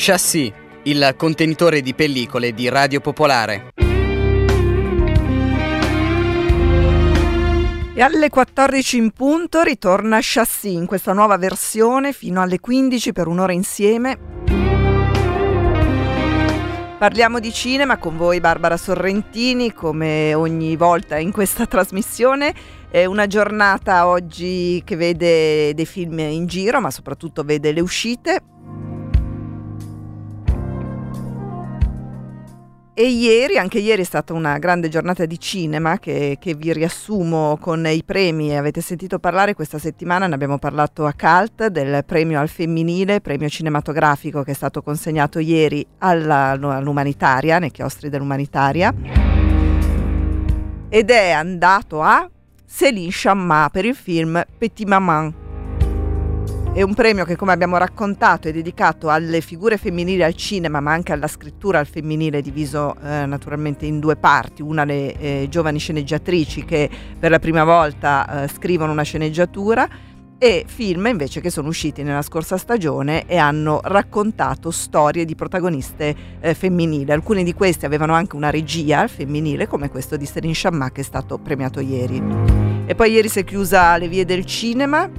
Chassis, il contenitore di pellicole di Radio Popolare. E alle 14 in punto ritorna Chassis in questa nuova versione fino alle 15 per un'ora insieme. Parliamo di cinema con voi Barbara Sorrentini, come ogni volta in questa trasmissione. È una giornata oggi che vede dei film in giro, ma soprattutto vede le uscite. E anche ieri è stata una grande giornata di cinema che vi riassumo con i premi. Avete sentito parlare questa settimana, ne abbiamo parlato a Cult, del premio al femminile, premio cinematografico che è stato consegnato ieri all'Umanitaria, nei chiostri dell'Umanitaria. Ed è andato a Céline Sciamma per il film Petite Maman. È un premio che, come abbiamo raccontato, è dedicato alle figure femminili al cinema, ma anche alla scrittura al femminile, diviso naturalmente in due parti. Una le giovani sceneggiatrici che per la prima volta scrivono una sceneggiatura, e film invece che sono usciti nella scorsa stagione e hanno raccontato storie di protagoniste femminili. Alcuni di questi avevano anche una regia al femminile, come questo di Céline Sciamma, che è stato premiato ieri. E poi ieri si è chiusa le vie del cinema.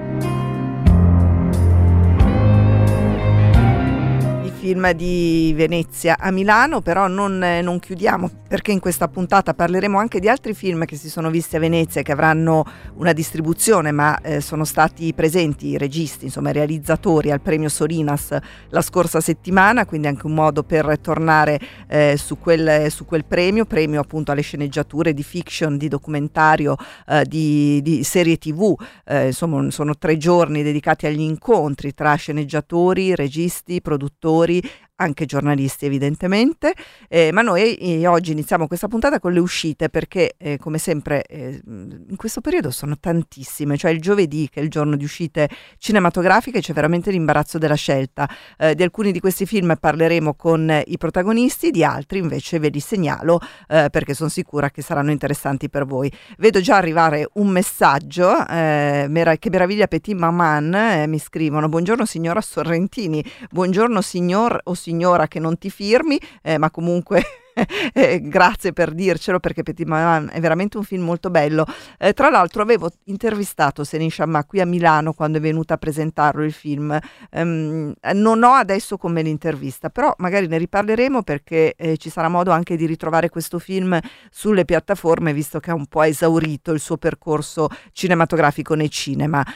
Film di Venezia a Milano, però non chiudiamo, perché in questa puntata parleremo anche di altri film che si sono visti a Venezia e che avranno una distribuzione, ma sono stati presenti i registi, insomma i realizzatori al premio Solinas la scorsa settimana, quindi anche un modo per tornare su quel premio appunto alle sceneggiature di fiction, di documentario, di serie TV. Insomma sono 3 giorni dedicati agli incontri tra sceneggiatori, registi, produttori, anche giornalisti evidentemente, ma noi oggi iniziamo questa puntata con le uscite, perché come sempre in questo periodo sono tantissime, cioè il giovedì, che è il giorno di uscite cinematografiche, c'è veramente l'imbarazzo della scelta. Di alcuni di questi film parleremo con i protagonisti, di altri invece ve li segnalo perché sono sicura che saranno interessanti per voi. Vedo già arrivare un messaggio, che meraviglia Petite Maman, mi scrivono: buongiorno signora Sorrentini, buongiorno signor o signora che non ti firmi, ma comunque grazie per dircelo, perché Petite Maman è veramente un film molto bello. Tra l'altro avevo intervistato Céline Sciamma qui a Milano quando è venuta a presentarlo il film. Non ho adesso con me l'intervista, però magari ne riparleremo, perché ci sarà modo anche di ritrovare questo film sulle piattaforme, visto che ha un po' esaurito il suo percorso cinematografico nei cinema.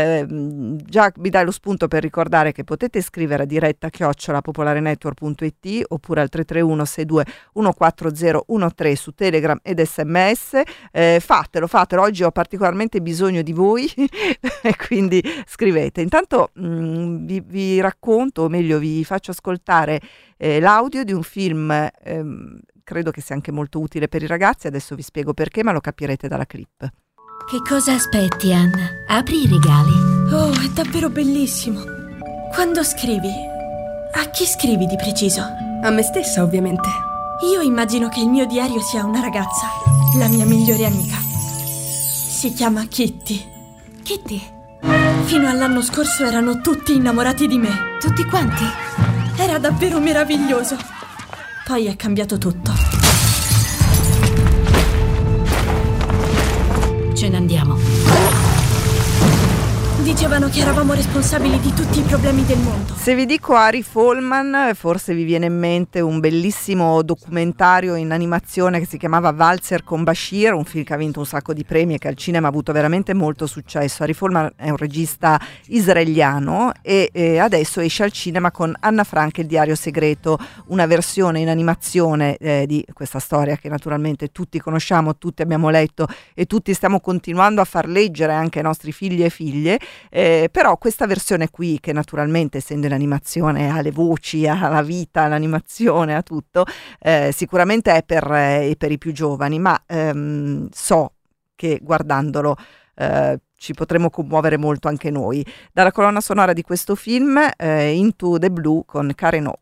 Già vi dai lo spunto per ricordare che potete scrivere a diretta @popolarenetwork.it oppure al 331 62 14013 su Telegram ed SMS. Fatelo, oggi ho particolarmente bisogno di voi e quindi scrivete. Intanto vi racconto, o meglio vi faccio ascoltare l'audio di un film, credo che sia anche molto utile per i ragazzi, adesso vi spiego perché, ma lo capirete dalla clip. Che cosa aspetti, Anna? Apri i regali. Oh, è davvero bellissimo. Quando scrivi, a chi scrivi di preciso? A me stessa, ovviamente. Io immagino che il mio diario sia una ragazza, la mia migliore amica. Si chiama Kitty. Kitty? Fino all'anno scorso erano tutti innamorati di me. Tutti quanti? Era davvero meraviglioso. Poi è cambiato tutto. Ce ne andiamo. Dicevano che eravamo responsabili di tutti i problemi del mondo. Se vi dico Ari Folman, forse vi viene in mente un bellissimo documentario in animazione che si chiamava Valzer con Bashir, un film che ha vinto un sacco di premi e che al cinema ha avuto veramente molto successo. Ari Folman è un regista israeliano e adesso esce al cinema con Anna Frank e il diario segreto, una versione in animazione di questa storia che naturalmente tutti conosciamo, tutti abbiamo letto e tutti stiamo continuando a far leggere anche ai nostri figli e figlie. Però questa versione qui, che naturalmente essendo in animazione ha le voci, ha la vita, l'animazione, ha tutto, sicuramente è per i più giovani, ma so che guardandolo ci potremo commuovere molto anche noi. Dalla colonna sonora di questo film, Into the Blue con Karen O.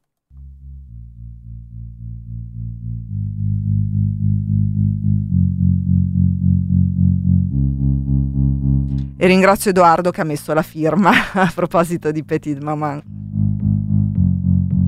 E ringrazio Edoardo che ha messo la firma a proposito di Petite Maman.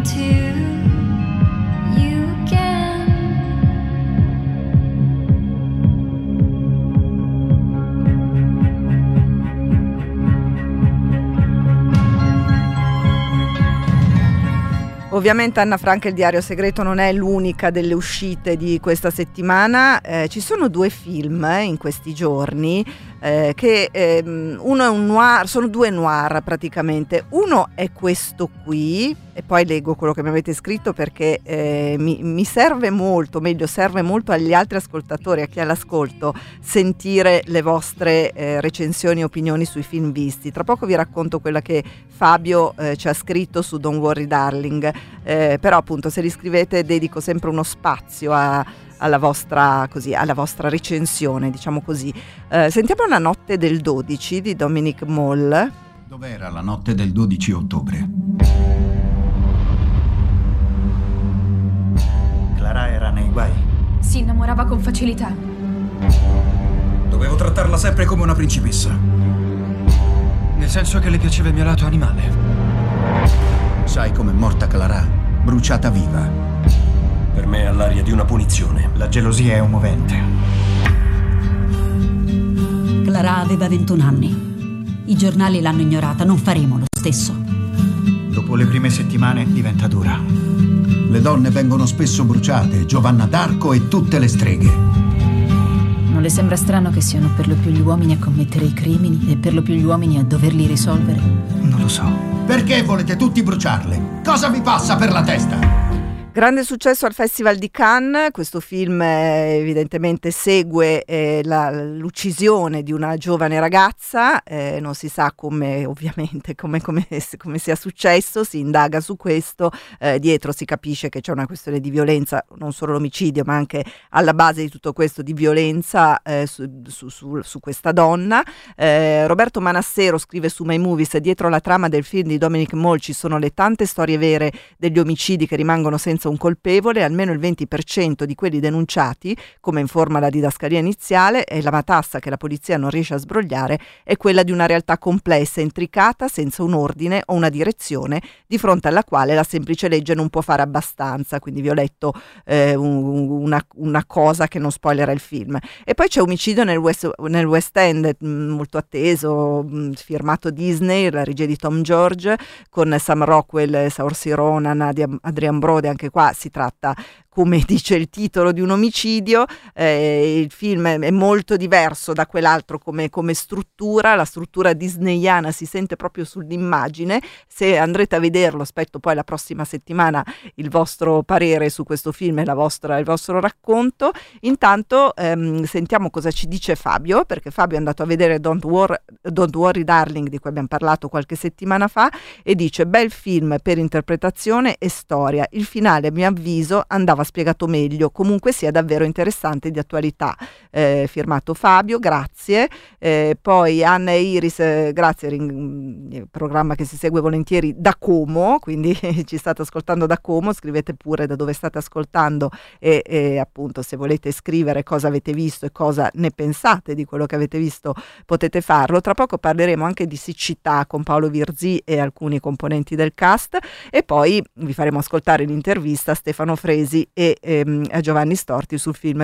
me to you again. Ovviamente Anna Frank e il diario segreto non è l'unica delle uscite di questa settimana, ci sono 2 film in questi giorni che uno è un noir, sono 2 noir praticamente. Uno è questo qui, e poi leggo quello che mi avete scritto perché mi serve molto, meglio serve molto agli altri ascoltatori, a chi è all'ascolto, sentire le vostre recensioni e opinioni sui film visti. Tra poco vi racconto quella che Fabio ci ha scritto su Don't Worry Darling, però appunto se li scrivete dedico sempre uno spazio alla vostra recensione, diciamo così. Sentiamo La notte del 12 di Dominic Moll. Dov'era la notte del 12 ottobre? Clara era nei guai. Si innamorava con facilità. Dovevo trattarla sempre come una principessa. Nel senso che le piaceva il mio lato animale. Sai com'è morta Clara? Bruciata viva. Per me ha l'aria di una punizione. La gelosia è un movente. Clara aveva 21 anni. I giornali l'hanno ignorata, non faremo lo stesso. Dopo le prime settimane diventa dura. Le donne vengono spesso bruciate, Giovanna d'Arco e tutte le streghe. Non le sembra strano che siano per lo più gli uomini a commettere i crimini e per lo più gli uomini a doverli risolvere? Non lo so. Perché volete tutti bruciarle? Cosa vi passa per la testa? Grande successo al Festival di Cannes, questo film evidentemente segue l'uccisione di una giovane ragazza, non si sa come sia successo, si indaga su questo, dietro si capisce che c'è una questione di violenza, non solo l'omicidio ma anche alla base di tutto questo di violenza su questa donna. Roberto Manassero scrive su My Movies: dietro la trama del film di Dominic Moll ci sono le tante storie vere degli omicidi che rimangono senza un colpevole, almeno il 20% di quelli denunciati, come informa la didascalia iniziale, e la matassa che la polizia non riesce a sbrogliare è quella di una realtà complessa e intricata, senza un ordine o una direzione, di fronte alla quale la semplice legge non può fare abbastanza. Quindi vi ho letto una cosa che non spoilerà il film. E poi c'è Omicidio nel West End, molto atteso, firmato Disney, la regia di Tom George, con Sam Rockwell, Saoirse Ronan, Adrian Brody. Anche qua si tratta, come dice il titolo, di un omicidio. Il film è molto diverso da quell'altro come struttura, la struttura disneyana si sente proprio sull'immagine. Se andrete a vederlo, aspetto poi la prossima settimana il vostro parere su questo film e il vostro racconto. Intanto sentiamo cosa ci dice Fabio, perché Fabio è andato a vedere Don't Worry Darling, di cui abbiamo parlato qualche settimana fa, e dice: bel film per interpretazione e storia, il finale a mio avviso andava spiegato meglio, comunque sia davvero interessante e di attualità. Firmato Fabio, grazie. Poi Anna e Iris, grazie, programma che si segue volentieri da Como, quindi ci state ascoltando da Como, scrivete pure da dove state ascoltando e appunto se volete scrivere cosa avete visto e cosa ne pensate di quello che avete visto potete farlo. Tra poco parleremo anche di siccità con Paolo Virzì e alcuni componenti del cast, e poi vi faremo ascoltare l'intervista a Stefano Fresi e a Giovanni Storti sul film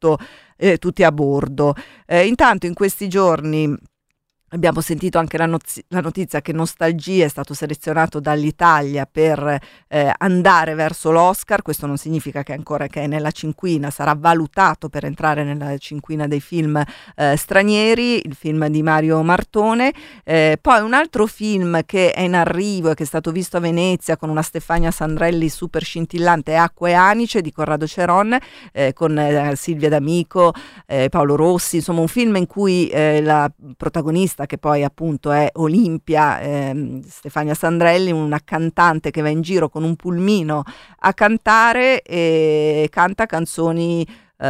Tutti a bordo. Intanto in questi giorni abbiamo sentito anche la notizia che Nostalgia è stato selezionato dall'Italia per andare verso l'Oscar. Questo non significa che ancora che è nella cinquina, sarà valutato per entrare nella cinquina dei film stranieri, il film di Mario Martone. Poi un altro film che è in arrivo e che è stato visto a Venezia con una Stefania Sandrelli super scintillante è Acqua e Anice di Corrado Ceron, con Silvia D'Amico, Paolo Rossi, insomma un film in cui la protagonista, che poi appunto è Olimpia, Stefania Sandrelli, una cantante che va in giro con un pulmino a cantare e canta canzoni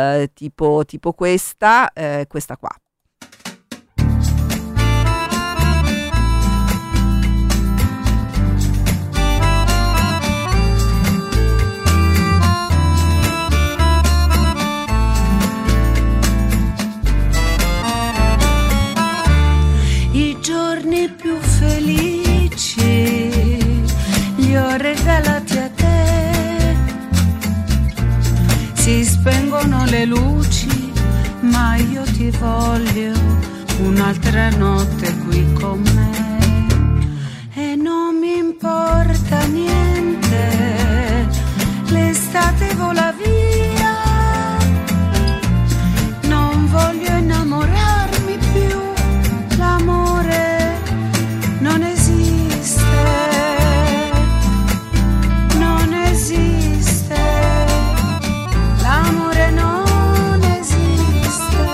tipo questa qua. I giorni più felici li ho regalati a te. Si spengono le luci, ma io ti voglio un'altra notte qui con me. E non mi importa niente, l'estate vola via, non voglio innamorarmi più, l'amore non esiste, non esiste, l'amore non esiste,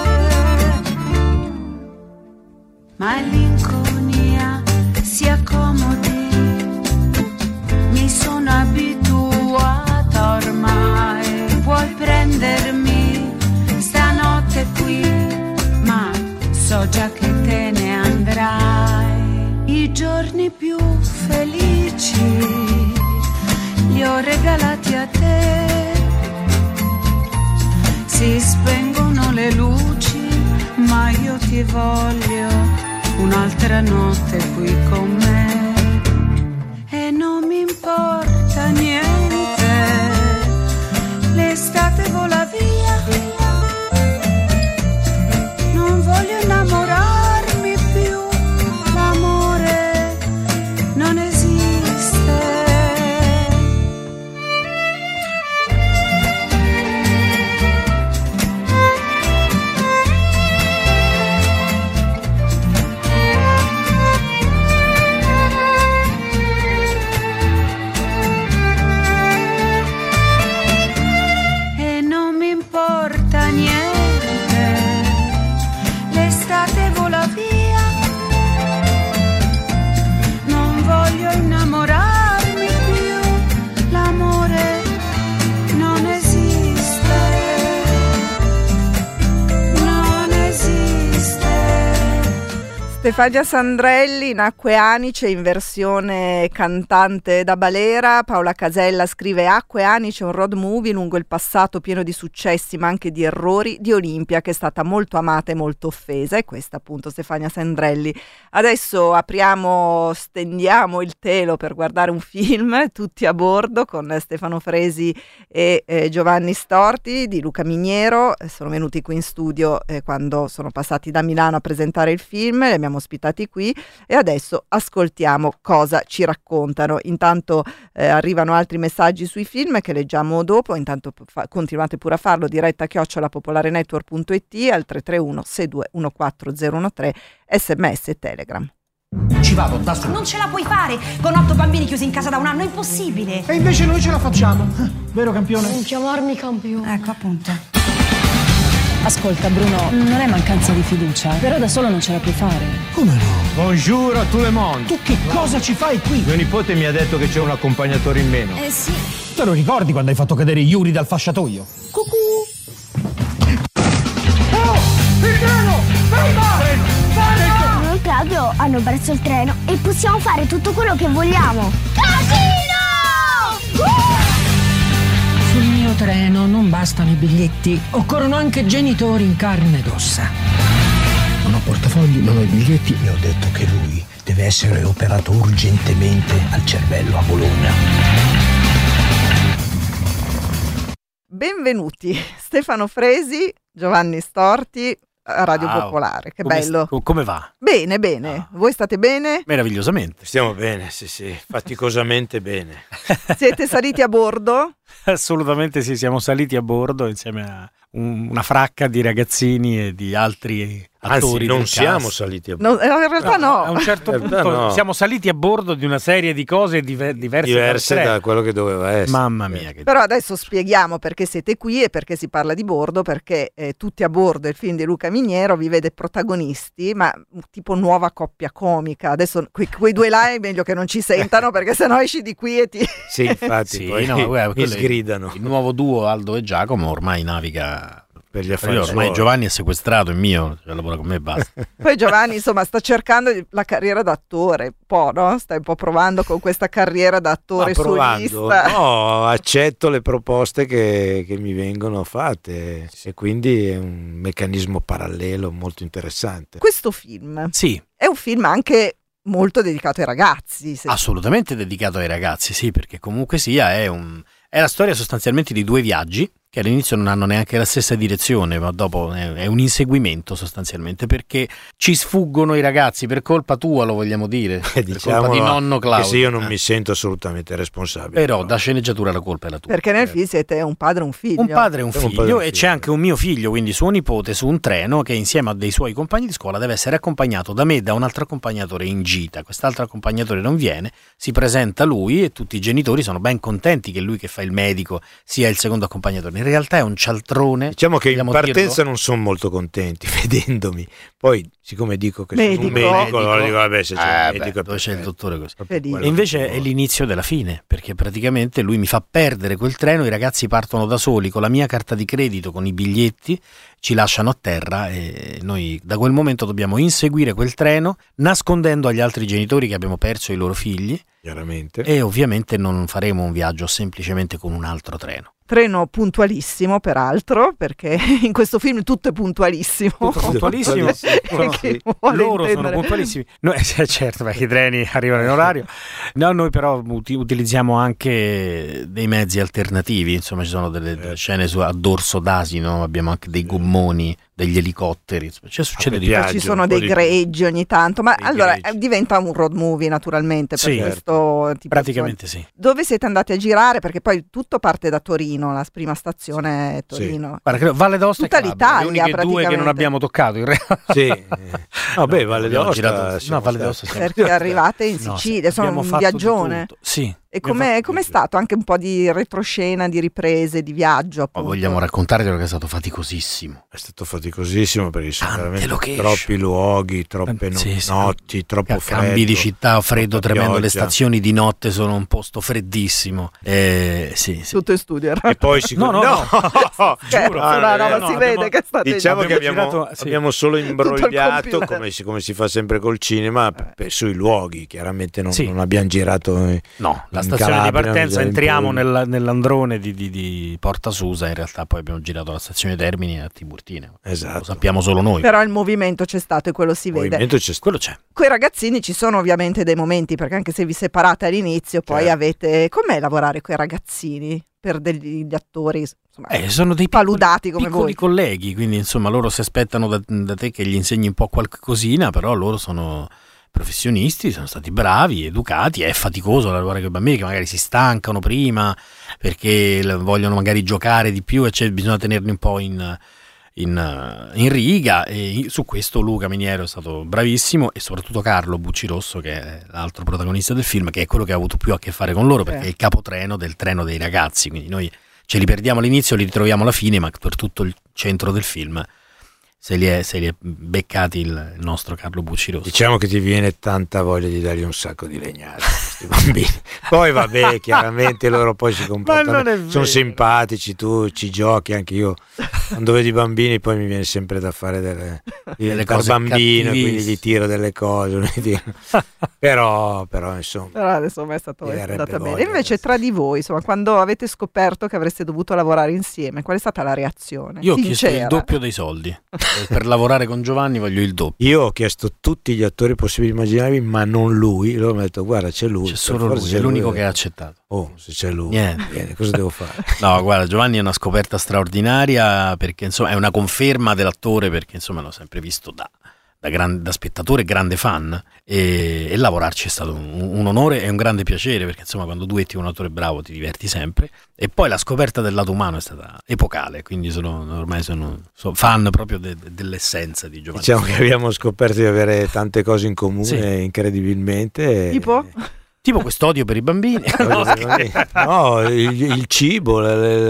ma è l'inconia, si accomodi, mi sono abituata ormai, puoi prendermi stanotte qui, ma so già che te ne andrai. I giorni più felici li ho regalati a te. Si spengono le luci, ma io ti voglio un'altra notte qui con me. E non mi importa niente, l'estate vola via, non voglio innamorarmi più, l'amore non esiste. E non mi importa niente, l'estate vola via, non voglio innamorarmi più, l'amore non esiste, non esiste. Stefania Sandrelli, Acque Anice in versione cantante da balera. Paola Casella scrive: Acque Anice, un road movie lungo il passato pieno di successi ma anche di errori di Olimpia, che è stata molto amata e molto offesa. E questa appunto Stefania Sandrelli. Adesso stendiamo il telo per guardare un film, Tutti a bordo, con Stefano Fresi e Giovanni Storti di Luca Miniero. Sono venuti qui in studio quando sono passati da Milano a presentare il film, li abbiamo ospitati qui e adesso ascoltiamo cosa ci raccontano. Intanto arrivano altri messaggi sui film che leggiamo dopo, intanto continuate pure a farlo, diretta@popolarenetwork.it, al 331 6214013, sms e telegram. Ci vado da solo. Non ce la puoi fare con 8 bambini chiusi in casa da un anno, è impossibile. E invece noi ce la facciamo, vero campione? Non chiamarmi campione. Ecco appunto. Ascolta Bruno, non è mancanza di fiducia, però da solo non ce la puoi fare. Come no? Bonjour a tout le monde. Tu che cosa ci fai qui? Mio nipote mi ha detto che c'è un accompagnatore in meno. Sì. Te lo ricordi quando hai fatto cadere Yuri dal fasciatoio? Cucù! Oh! Il treno! Bruno e Claudio hanno perso il treno e possiamo fare tutto quello che vogliamo. Casino! Sul mio treno non bastano i biglietti, occorrono anche genitori in carne ed ossa. Non ho portafogli, non ho i biglietti e ho detto che lui deve essere operato urgentemente al cervello a Bologna. Benvenuti Stefano Fresi, Giovanni Storti a Radio Popolare. Che bello. Come va? Bene, bene. Voi state bene? Meravigliosamente. Stiamo bene, sì, faticosamente bene. Siete saliti a bordo? Assolutamente sì, siamo saliti a bordo insieme a una fracca di ragazzini e di altri attori. Anzi, non del siamo cast. saliti a bordo. No, in realtà no. A un certo punto no. siamo saliti a bordo di una serie di cose diverse da quello che doveva essere. Mamma mia. Che... Però adesso spieghiamo perché siete qui e perché si parla di bordo, perché Tutti a bordo, il film di Luca Miniero, vi vede protagonisti, ma tipo nuova coppia comica. Adesso quei due là è meglio che non ci sentano perché sennò esci di qui e ti... Sì, infatti, sì, poi mi sgridano. Il nuovo duo Aldo e Giacomo ormai naviga per gli affari. Ormai Giovanni è sequestrato, è mio, cioè lavora con me e basta. Poi Giovanni insomma sta cercando la carriera d'attore, un po', no? Stai un po' provando con questa carriera d'attore solista. No, accetto le proposte che mi vengono fatte e quindi è un meccanismo parallelo molto interessante. Questo film sì. è un film anche molto dedicato ai ragazzi. Assolutamente dedicato ai ragazzi, sì, perché comunque sia è la storia sostanzialmente di 2 viaggi che all'inizio non hanno neanche la stessa direzione, ma dopo è un inseguimento sostanzialmente, perché ci sfuggono i ragazzi per colpa tua, lo vogliamo dire, per colpa di nonno Claudio. Che se io non mi sento assolutamente responsabile. Però da sceneggiatura la colpa è la tua. Perché nel film siete un padre e un figlio. Un padre e un figlio, e c'è anche un mio figlio, quindi suo nipote, su un treno che insieme a dei suoi compagni di scuola deve essere accompagnato da me e da un altro accompagnatore in gita. Quest'altro accompagnatore non viene, si presenta lui e tutti i genitori sono ben contenti che lui che fa il medico sia il secondo accompagnatore. In realtà è un cialtrone. Diciamo che in partenza non sono molto contenti vedendomi. Poi, siccome dico che sono un medico, allora dico vabbè, se c'è il medico dove c'è il dottore così. E invece è l'inizio della fine, perché praticamente lui mi fa perdere quel treno, i ragazzi partono da soli con la mia carta di credito, con i biglietti, ci lasciano a terra e noi da quel momento dobbiamo inseguire quel treno, nascondendo agli altri genitori che abbiamo perso i loro figli. Chiaramente. E ovviamente non faremo un viaggio semplicemente con un altro treno. Treno puntualissimo, peraltro, perché in questo film tutto è puntualissimo. Tutto puntualissimo. Loro sono puntualissimi. Noi, certo, perché i treni arrivano in orario. No, noi però utilizziamo anche dei mezzi alternativi. Insomma, ci sono delle scene a dorso d'asino, abbiamo anche dei gommoni, degli elicotteri. Cioè, succede di tutto. Ci sono dei greggi ogni tanto, ma allora diventa un road movie naturalmente per questo tipo. Praticamente sì. Dove siete andati a girare? Perché poi tutto parte da Torino. La prima stazione è Torino. Guarda, Valle d'Aosta tutta e Calabria, l'Italia, le uniche praticamente. 2 che non abbiamo toccato in realtà. Sì. Vabbè, Valle d'Aosta. Valle d'Aosta perché arrivate in Sicilia, sono un viaggione. Sì. E com'è stato? Anche un po' di retroscena, di riprese, di viaggio, appunto. Vogliamo raccontartelo che è stato faticosissimo. È stato faticosissimo perché sono veramente troppi luoghi, troppe notti, troppo freddo. Cambi di città, freddo tremendo, le stazioni di notte sono un posto freddissimo. Sì. Tutto in studio. E poi No, giuro. Si vede che state diciamo che abbiamo solo imbrogliato come si fa sempre col cinema sui luoghi. Chiaramente non abbiamo girato. No, la stazione di partenza, entriamo nell'androne di Porta Susa, in realtà poi abbiamo girato la stazione Termini a Tiburtina. Esatto. Lo sappiamo solo noi. Però il movimento c'è stato e quello si vede. Quello c'è. Coi ragazzini ci sono ovviamente dei momenti, perché anche se vi separate all'inizio poi avete... Com'è lavorare coi ragazzini? Per degli attori insomma, sono dei paludati come piccoli voi colleghi, quindi insomma loro si aspettano da te che gli insegni un po' qualcosina, però loro sono professionisti, sono stati bravi, educati. È faticoso lavorare con i bambini che magari si stancano prima perché vogliono magari giocare di più e bisogna tenerli un po' in riga, e su questo Luca Miniero è stato bravissimo, e soprattutto Carlo Buccirosso, che è l'altro protagonista del film, che è quello che ha avuto più a che fare con loro, perché è il capotreno del treno dei ragazzi, quindi noi ce li perdiamo all'inizio, li ritroviamo alla fine, ma per tutto il centro del film se li è beccati il nostro Carlo Buccirosso. Diciamo che ti viene tanta voglia di dargli un sacco di legnate a questi bambini. Poi vabbè, chiaramente loro poi si comportano, sono simpatici, tu ci giochi, anche io quando vedo i bambini poi mi viene sempre da fare delle cose bambino, quindi gli tiro delle cose, però insomma. Però insomma è andata bene. E invece tra di voi, insomma, quando avete scoperto che avreste dovuto lavorare insieme, qual è stata la reazione? Io ho chiesto il doppio dei soldi. Per lavorare con Giovanni voglio il doppio. Io ho chiesto tutti gli attori possibili e immaginabili, ma non lui. Loro mi hanno detto guarda, c'è lui. C'è solo lui, è l'unico che ha accettato. Oh, se c'è lui, niente. Cosa devo fare? No, guarda, Giovanni è una scoperta straordinaria, perché insomma è una conferma dell'attore, perché insomma l'ho sempre visto da spettatore, grande fan, e lavorarci è stato un onore e un grande piacere, perché insomma quando duetti un attore bravo ti diverti sempre, e poi la scoperta del lato umano è stata epocale, quindi ormai sono fan proprio dell'essenza di Giovanni. Diciamo che abbiamo scoperto di avere tante cose in comune, incredibilmente. Tipo quest'odio per i bambini. No, il cibo,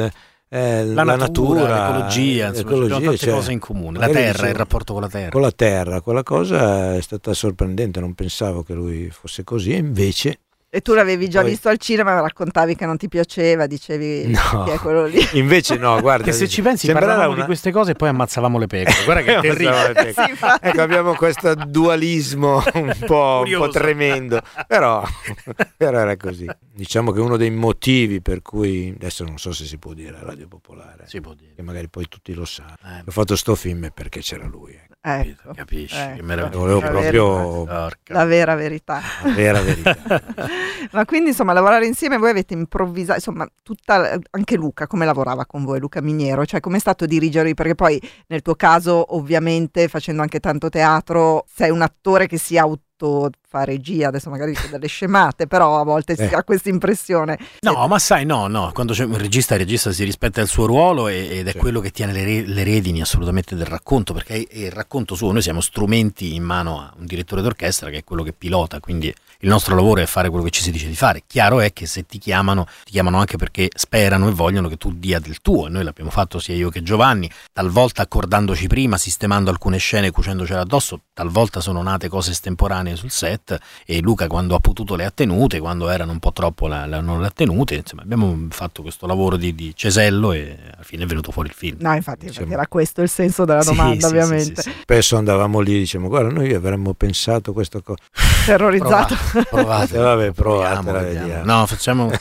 la natura, l'ecologia, abbiamo tante cose in comune, la terra, il rapporto con la terra. Quella cosa è stata sorprendente, non pensavo che lui fosse così, e invece E tu l'avevi già visto al cinema, raccontavi che non ti piaceva, dicevi chi è quello lì. Invece no, guarda. Che se ci pensi parlavamo di queste cose e poi ammazzavamo le pecore. Guarda che è terribile. Sì, ecco, abbiamo questo dualismo un po' tremendo, però era così. Diciamo che uno dei motivi per cui, adesso non so se si può dire a Radio Popolare, si può dire, che magari poi tutti lo sanno, ho fatto sto film è perché c'era lui. Ecco, capisci? Che volevo proprio la vera verità. La vera verità. Ma quindi insomma lavorare insieme, voi avete improvvisato, insomma anche Luca come lavorava con voi, Luca Miniero, cioè com'è stato dirigervi, perché poi nel tuo caso ovviamente facendo anche tanto teatro sei un attore che si fa regia, adesso magari dico delle scemate, però a volte si ha questa impressione. No, ma sai, no, quando c'è un regista, il regista si rispetta il suo ruolo ed è quello che tiene le redini assolutamente del racconto, perché è il racconto suo, noi siamo strumenti in mano a un direttore d'orchestra che è quello che pilota, quindi il nostro lavoro è fare quello che ci si dice di fare. Chiaro è che se ti chiamano anche perché sperano e vogliono che tu dia del tuo, e noi l'abbiamo fatto sia io che Giovanni, talvolta accordandoci prima, sistemando alcune scene, cucendocele addosso, talvolta sono nate cose estemporanee sul set e Luca quando ha potuto le ha tenute, quando erano un po' troppo non le ha tenute, insomma abbiamo fatto questo lavoro di cesello e alla fine è venuto fuori il film. No, infatti era questo il senso della domanda, ovviamente. Sì. Spesso andavamo lì e diciamo guarda, noi avremmo pensato questa cosa. Terrorizzato. Provate. Vabbè, provate. No, facciamo.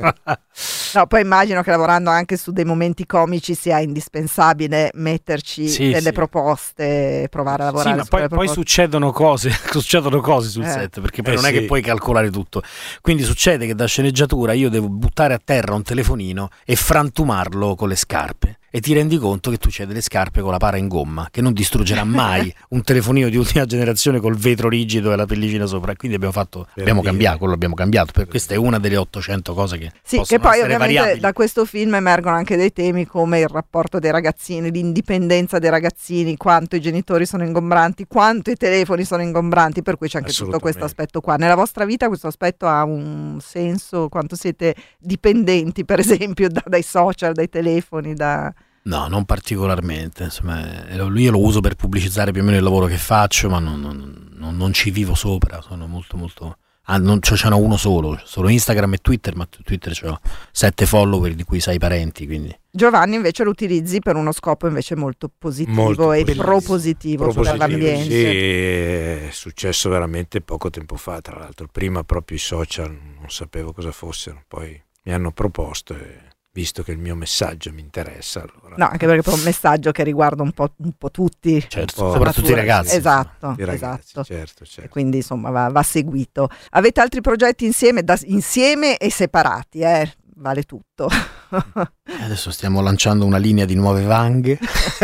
No, poi immagino che lavorando anche su dei momenti comici sia indispensabile metterci delle proposte, provare a lavorare. Sì, ma poi succedono cose sul set, perché poi non è che puoi calcolare tutto. Quindi succede che da sceneggiatura io devo buttare a terra un telefonino e frantumarlo con le scarpe. E ti rendi conto che tu c'hai delle scarpe con la para in gomma che non distruggerà mai un telefonino di ultima generazione col vetro rigido e la pellicina sopra. Quindi abbiamo cambiato. Questa è una delle 800 cose che che poi ovviamente variabili. Da questo film emergono anche dei temi come il rapporto dei ragazzini, l'indipendenza dei ragazzini, quanto i genitori sono ingombranti, quanto i telefoni sono ingombranti, per cui c'è anche tutto questo aspetto qua. Nella vostra vita questo aspetto ha un senso? Quanto siete dipendenti, per esempio, dai social, dai telefoni, No, non particolarmente, insomma, io lo uso per pubblicizzare più o meno il lavoro che faccio, ma non ci vivo sopra, sono molto c'ho uno solo Instagram e Twitter, ma Twitter c'ho 7 follower di cui 6 parenti, quindi. Giovanni invece lo utilizzi per uno scopo invece molto positivo e propositivo per l'ambiente. Sì, è successo veramente poco tempo fa, tra l'altro prima proprio i social non sapevo cosa fossero, poi mi hanno proposto e visto che il mio messaggio mi interessa, allora. No, anche perché è un messaggio che riguarda un po' tutti, certo, soprattutto i ragazzi. Esatto, i ragazzi, esatto. Certo. E quindi insomma va seguito. Avete altri progetti insieme e separati, vale tutto. Adesso stiamo lanciando una linea di nuove vanghe.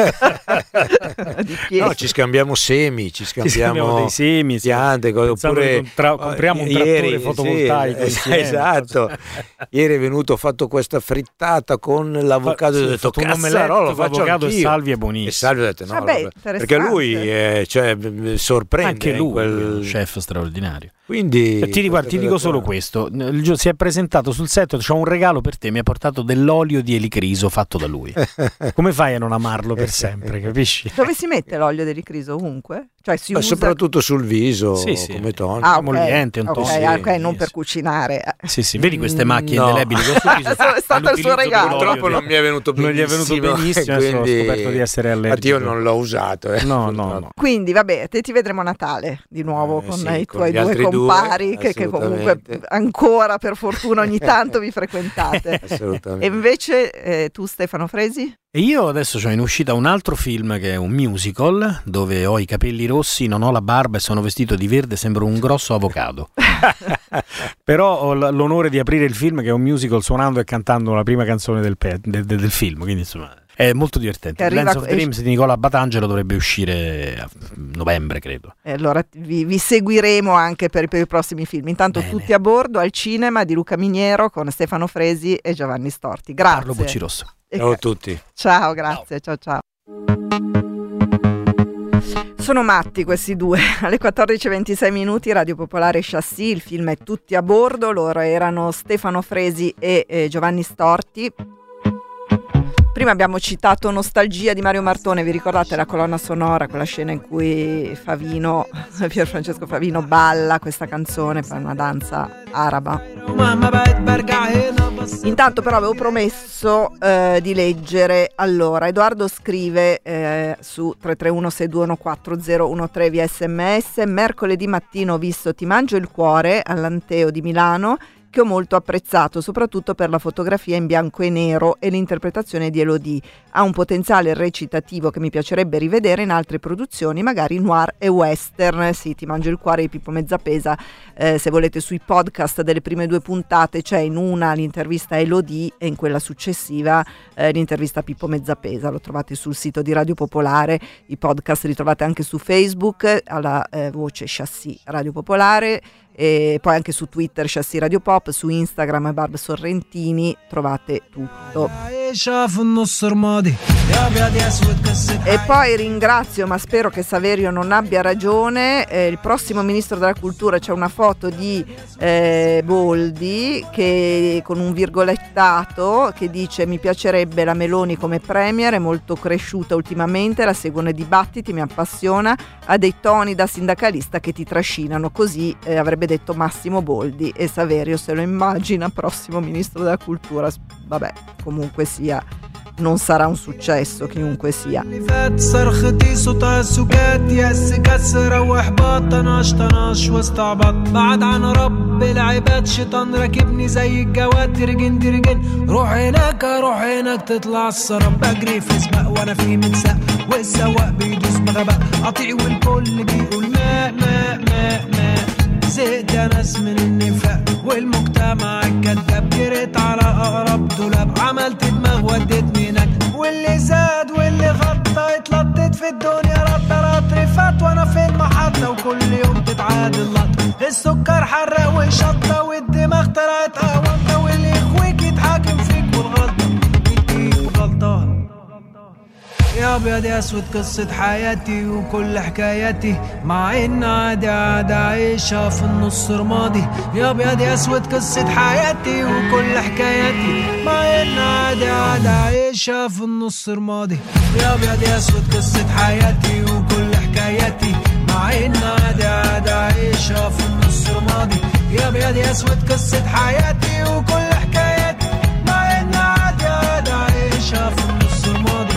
No, ci scambiamo semi, ci scambiamo dei semi, piante, oppure compriamo un trattore fotovoltaico. Esatto. Ieri è venuto, ho fatto questa frittata con l'avocado, ho detto un omelette con avocado e salvia, è buonissimo. E salvia, ho detto no, perché lui sorprende, anche lui, un chef straordinario. Quindi ti dico solo questo, si è presentato sul set, c'ho un regalo per te, mi ha portato dell'olio di elicriso fatto da lui. Come fai a non amarlo per sempre, capisci? Dove si mette l'olio di elicriso? Ovunque? Cioè si usa soprattutto sul viso, come tono. Emolliente, un tono. Non per cucinare. Sì, vedi queste macchie indelebili sul viso? È stato il suo regalo. Purtroppo non mi è venuto benissimo. Quindi ho scoperto di essere allergico. Io non l'ho usato. No. Quindi vabbè, ti vedremo a Natale di nuovo con i tuoi due compari che comunque ancora per fortuna ogni tanto vi frequentate. Assolutamente. E invece tu, Stefano Fresi? E io adesso ho in uscita un altro film che è un musical dove ho i capelli rossi, non ho la barba e sono vestito di verde, sembro un grosso avocado. Però ho l'onore di aprire il film che è un musical suonando e cantando la prima canzone del film, quindi insomma è molto divertente. Dance of Dreams di Nicola Batangelo dovrebbe uscire a novembre, credo. E allora vi seguiremo anche per i prossimi film. Intanto Bene. Tutti a bordo al cinema di Luca Miniero con Stefano Fresi e Giovanni Storti. Grazie. Carlo Buccirosso. Ciao a tutti. Ciao, grazie. Ciao. Sono matti questi due. Alle 14:26 Radio Popolare Chassis, il film è Tutti a bordo. Loro erano Stefano Fresi e Giovanni Storti. Prima abbiamo citato Nostalgia di Mario Martone, vi ricordate la colonna sonora, quella scena in cui Pier Francesco Favino balla questa canzone, fa una danza araba. Intanto però avevo promesso di leggere. Allora, Edoardo scrive su 331-621-4013 via SMS: mercoledì mattino ho visto Ti mangio il cuore all'Anteo di Milano, che ho molto apprezzato, soprattutto per la fotografia in bianco e nero e l'interpretazione di Elodie. Ha un potenziale recitativo che mi piacerebbe rivedere in altre produzioni, magari noir e western. Sì, Ti mangio il cuore di Pippo Mezzapesa, se volete sui podcast delle prime 2 puntate c'è in una l'intervista a Elodie e in quella successiva l'intervista a Pippo Mezzapesa. Lo trovate sul sito di Radio Popolare, i podcast li trovate anche su Facebook alla voce Chassis Radio Popolare, e poi anche su Twitter Chassis Radio Pop, su Instagram Barb Sorrentini, trovate tutto. E poi ringrazio, ma spero che Saverio non abbia ragione, il prossimo ministro della cultura, c'è una foto di Boldi che con un virgolettato che dice: mi piacerebbe la Meloni come premier, è molto cresciuta ultimamente, la seguo nei dibattiti, mi appassiona, ha dei toni da sindacalista che ti trascinano. Così avrebbe detto Massimo Boldi, e Saverio se lo immagina prossimo ministro della cultura. Vabbè, comunque sia, non sarà un successo chiunque sia. صرختي صوتها سكات يا كسرة واحباط طناش واستعبط بعد عن رب العباد شيطان راكبني زي الجواد ترجن روح هناك تطلع السراب بجري في سباق وانا في متساق والسواق بيدوس بغباء قطيع والكل بيقول ما زهقت يا ناس من النفاق والمجتمع الكذاب، جريت على اقرب دولاب عملت دماغ وديتني هناك، واللي زاد واللي غطى اتلطت في الدنيا رطرفات وانا في المحطة وكل يوم تتعادل لطة، السكر حرق وشطة والدماغ طلعت قوانطة، واللي يخويك يتحاكم فيك والغلطة يديك غلطان. يا ابيض يا اسود قصة حياتي وكل حكاياتي، مع ان عادي عايشها في النص رمادي. يا ابيض يا اسود قصة حياتي وكل حكاياتي، مع ان عادي عايشها في النص رمادي. يا ابيض يا اسود قصة حياتي وكل حكاياتي، مع ان عادي عايشها في النص رمادي. يا ابيض يا اسود قصة حياتي وكل حكاياتي، مع ان عادي عايشها في النص رمادي.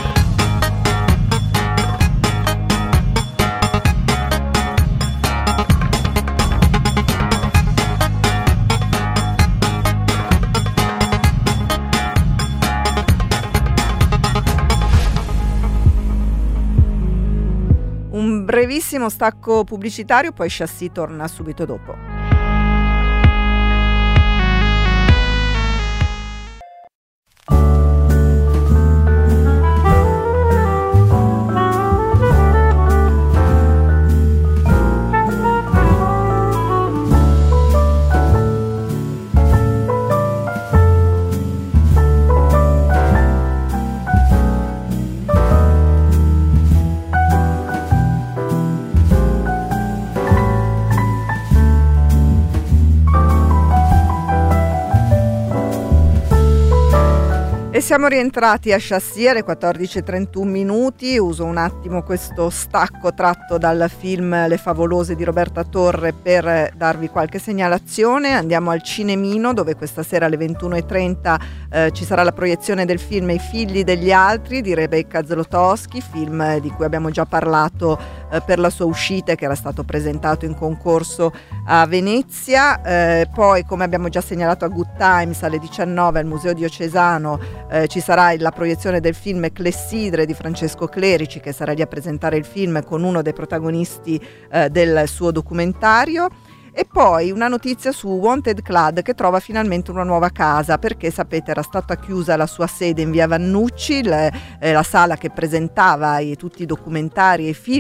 Un brevissimo stacco pubblicitario, poi Chassis torna subito dopo. Siamo rientrati a Chassis alle 14:31 minuti. Uso un attimo questo stacco tratto dal film Le Favolose di Roberta Torre per darvi qualche segnalazione. Andiamo al Cinemino, dove questa sera alle 21:30 ci sarà la proiezione del film I figli degli altri di Rebecca Zlotowski, film di cui abbiamo già parlato per la sua uscita, che era stato presentato in concorso a Venezia. Poi, come abbiamo già segnalato a Good Times, alle 19 al Museo Diocesano ci sarà la proiezione del film Clessidre di Francesco Clerici, che sarà lì a presentare il film con uno dei protagonisti del suo documentario. E poi una notizia su Wanted Club, che trova finalmente una nuova casa, perché sapete era stata chiusa la sua sede in via Vannucci, la sala che presentava tutti i documentari e i film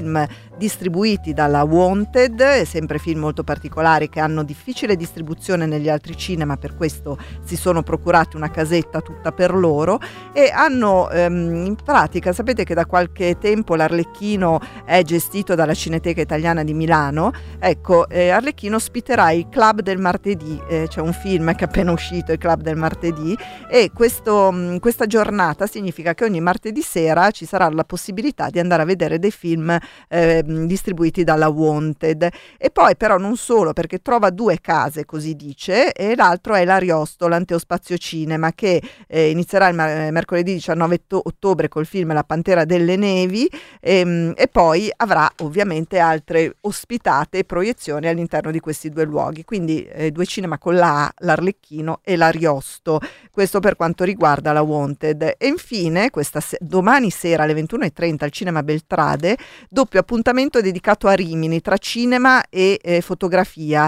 distribuiti dalla Wanted, sempre film molto particolari che hanno difficile distribuzione negli altri cinema, per questo si sono procurati una casetta tutta per loro e hanno in pratica, sapete che da qualche tempo l'Arlecchino è gestito dalla Cineteca Italiana di Milano, ecco, Arlecchino ospiterà il Club del Martedì, c'è un film che è appena uscito, il Club del Martedì, e questa giornata significa che ogni martedì sera ci sarà la possibilità di andare a vedere dei film distribuiti dalla Wanted. E poi però non solo, perché trova 2 case, così dice, e l'altro è l'Ariosto, l'Anteospazio Cinema, che inizierà il mercoledì 19 ottobre col film La Pantera delle Nevi e poi avrà ovviamente altre ospitate e proiezioni all'interno di questi 2 luoghi, quindi 2 cinema con la A, l'Arlecchino e l'Ariosto. Questo per quanto riguarda la Wanted. E infine domani sera alle 21:30 al Cinema Beltrade, doppio appuntamento dedicato a Rimini tra cinema e fotografia.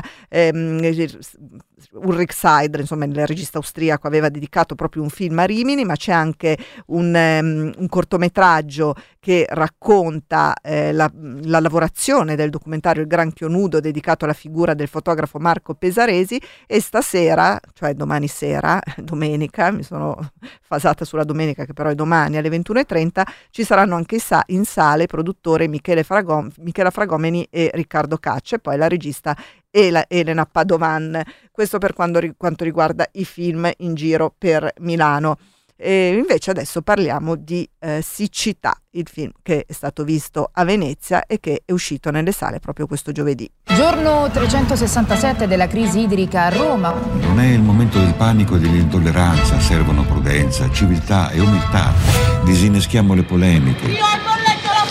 Ulrich Seidler, insomma il regista austriaco, aveva dedicato proprio un film a Rimini, ma c'è anche un cortometraggio che racconta la lavorazione del documentario Il Granchio Nudo, dedicato alla figura del fotografo Marco Pesaresi. E stasera, cioè domani sera, domenica, mi sono fasata sulla domenica che però è domani alle 21:30, ci saranno anche in sale produttore Michela Fragomeni e Riccardo Caccia, e poi la regista Elena Padovan. Questo per quanto riguarda i film in giro per Milano. E invece adesso parliamo di Siccità, il film che è stato visto a Venezia e che è uscito nelle sale proprio questo giovedì. Giorno 367 della crisi idrica a Roma. Non è il momento del panico e dell'intolleranza, servono prudenza, civiltà e umiltà. Disinneschiamo le polemiche. Io al bolletto l'ho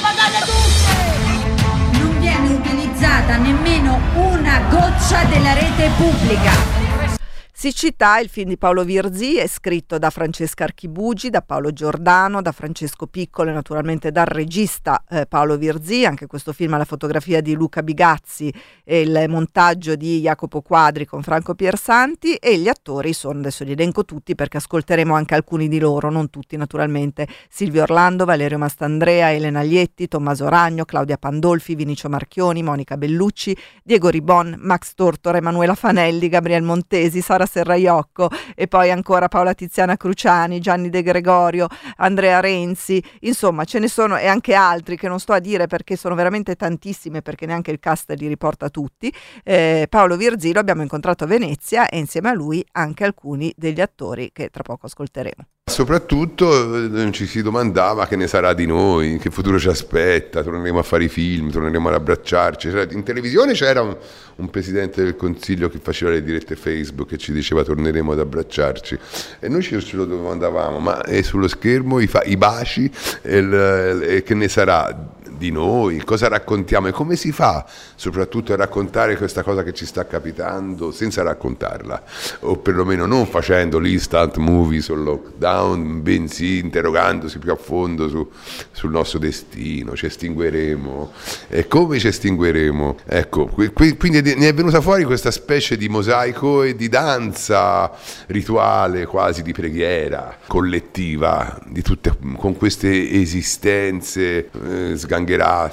pagate tutte! Non viene utilizzata nemmeno una goccia della rete pubblica. Siccità, il film di Paolo Virzì, è scritto da Francesca Archibugi, da Paolo Giordano, da Francesco Piccolo e naturalmente dal regista Paolo Virzì. Anche questo film ha la fotografia di Luca Bigazzi e il montaggio di Jacopo Quadri con Franco Piersanti, e gli attori sono, adesso li elenco tutti perché ascolteremo anche alcuni di loro, non tutti naturalmente: Silvio Orlando, Valerio Mastandrea, Elena Lietti, Tommaso Ragno, Claudia Pandolfi, Vinicio Marchioni, Monica Bellucci, Diego Ribon, Max Tortora, Emanuela Fanelli, Gabriel Montesi, Sara Serraiocco, e poi ancora Paola Tiziana Cruciani, Gianni De Gregorio, Andrea Renzi. Insomma ce ne sono, e anche altri che non sto a dire perché sono veramente tantissime, perché neanche il cast li riporta tutti. Paolo Virzì lo abbiamo incontrato a Venezia e insieme a lui anche alcuni degli attori che tra poco ascolteremo. Soprattutto ci si domandava che ne sarà di noi, che futuro ci aspetta, torneremo a fare i film, torneremo ad abbracciarci. In televisione c'era un presidente del Consiglio che faceva le dirette Facebook e ci diceva torneremo ad abbracciarci, e noi ce lo domandavamo, ma sullo schermo i baci e che ne sarà di noi, cosa raccontiamo e come si fa soprattutto a raccontare questa cosa che ci sta capitando senza raccontarla, o perlomeno non facendo l'instant movie sul lockdown, bensì interrogandosi più a fondo sul nostro destino. Ci estingueremo, e come ci estingueremo? Ecco, quindi ne è venuta fuori questa specie di mosaico e di danza rituale, quasi di preghiera collettiva di tutte, con queste esistenze sgangherate,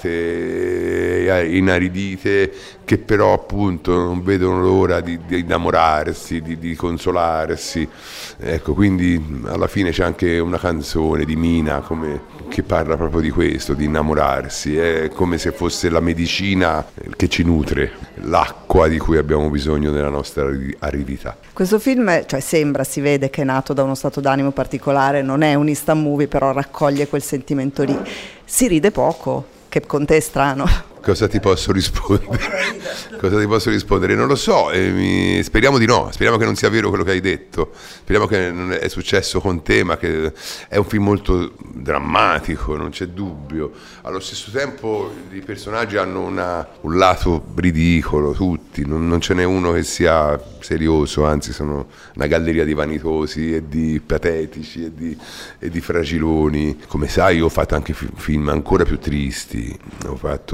inaridite, che però appunto non vedono l'ora di innamorarsi, di consolarsi. Ecco, quindi alla fine c'è anche una canzone di Mina che parla proprio di questo, di innamorarsi. È come se fosse la medicina che ci nutre, l'acqua di cui abbiamo bisogno nella nostra aridità. Questo film, cioè si vede che è nato da uno stato d'animo particolare, non è un instant movie, però raccoglie quel sentimento lì. Si ride poco, che con te è strano. Cosa ti posso rispondere? Non lo so, speriamo di no, speriamo che non sia vero quello che hai detto, speriamo che non è successo con te, ma che è un film molto drammatico, non c'è dubbio. Allo stesso tempo i personaggi hanno un lato ridicolo, tutti, non ce n'è uno che sia serioso, anzi sono una galleria di vanitosi e di patetici e di fragiloni. Come sai, io ho fatto anche film ancora più tristi, ho fatto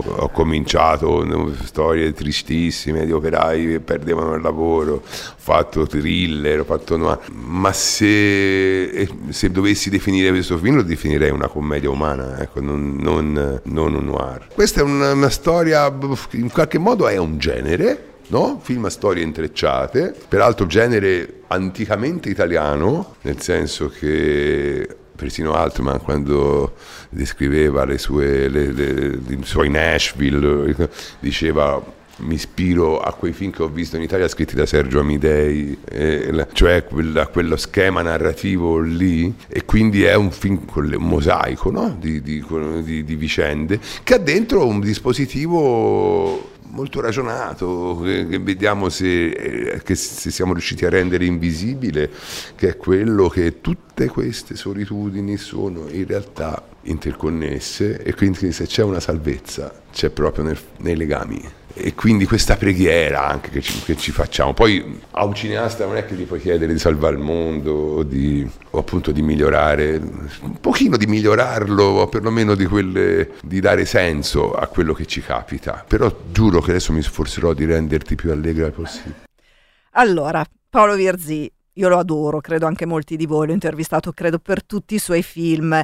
ho cominciato storie tristissime di operai che perdevano il lavoro, ho fatto thriller, ho fatto noir, ma se dovessi definire questo film lo definirei una commedia umana, ecco, non un noir. Questa è una storia, in qualche modo è un genere, no? Film a storie intrecciate, peraltro genere anticamente italiano, nel senso che persino Altman, quando descriveva i suoi Nashville, diceva: mi ispiro a quei film che ho visto in Italia scritti da Sergio Amidei, cioè a quello schema narrativo lì, e quindi è un film con un mosaico, no? di vicende che ha dentro un dispositivo molto ragionato, che vediamo se siamo riusciti a rendere invisibile, che è quello che tutte queste solitudini sono in realtà interconnesse, e quindi se c'è una salvezza c'è proprio nei legami. E quindi questa preghiera anche che ci facciamo. Poi a un cineasta non è che gli puoi chiedere di salvare il mondo o appunto di migliorare, un pochino di migliorarlo, o perlomeno di dare senso a quello che ci capita. Però giuro che adesso mi sforzerò di renderti più allegra possibile. Allora, Paolo Virzì, io lo adoro, credo anche molti di voi, l'ho intervistato credo per tutti i suoi film,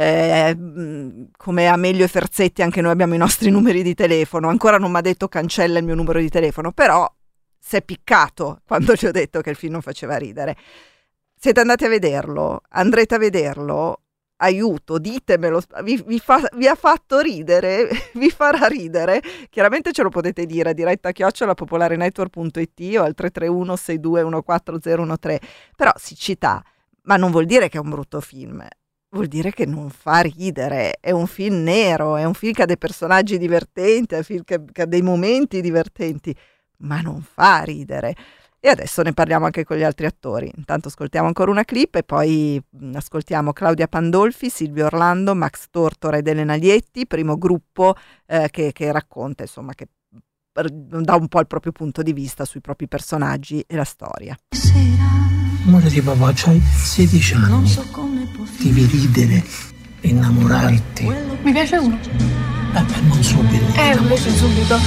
come Amelio e Ferzetti anche noi abbiamo i nostri numeri di telefono, ancora non mi ha detto cancella il mio numero di telefono, però si è piccato quando gli ho detto che il film non faceva ridere. Siete andati a vederlo? Andrete a vederlo? Aiuto, ditemelo, vi ha fatto ridere, vi farà ridere? Chiaramente ce lo potete dire a diretta@popolarenetwork.it o al 331 6214013, però siccità, ma non vuol dire che è un brutto film, vuol dire che non fa ridere, è un film nero, è un film che ha dei personaggi divertenti, è un film che ha dei momenti divertenti, ma non fa ridere. E adesso ne parliamo anche con gli altri attori. Intanto ascoltiamo ancora una clip e poi ascoltiamo Claudia Pandolfi, Silvio Orlando, Max Tortora ed Elena Lietti, primo gruppo che racconta, insomma, che dà un po' il proprio punto di vista sui propri personaggi e la storia. Amore di papà, c'hai 16 anni, Non so come può devi ridere, innamorarti. Mi piace uno. Non subito. Invece subito.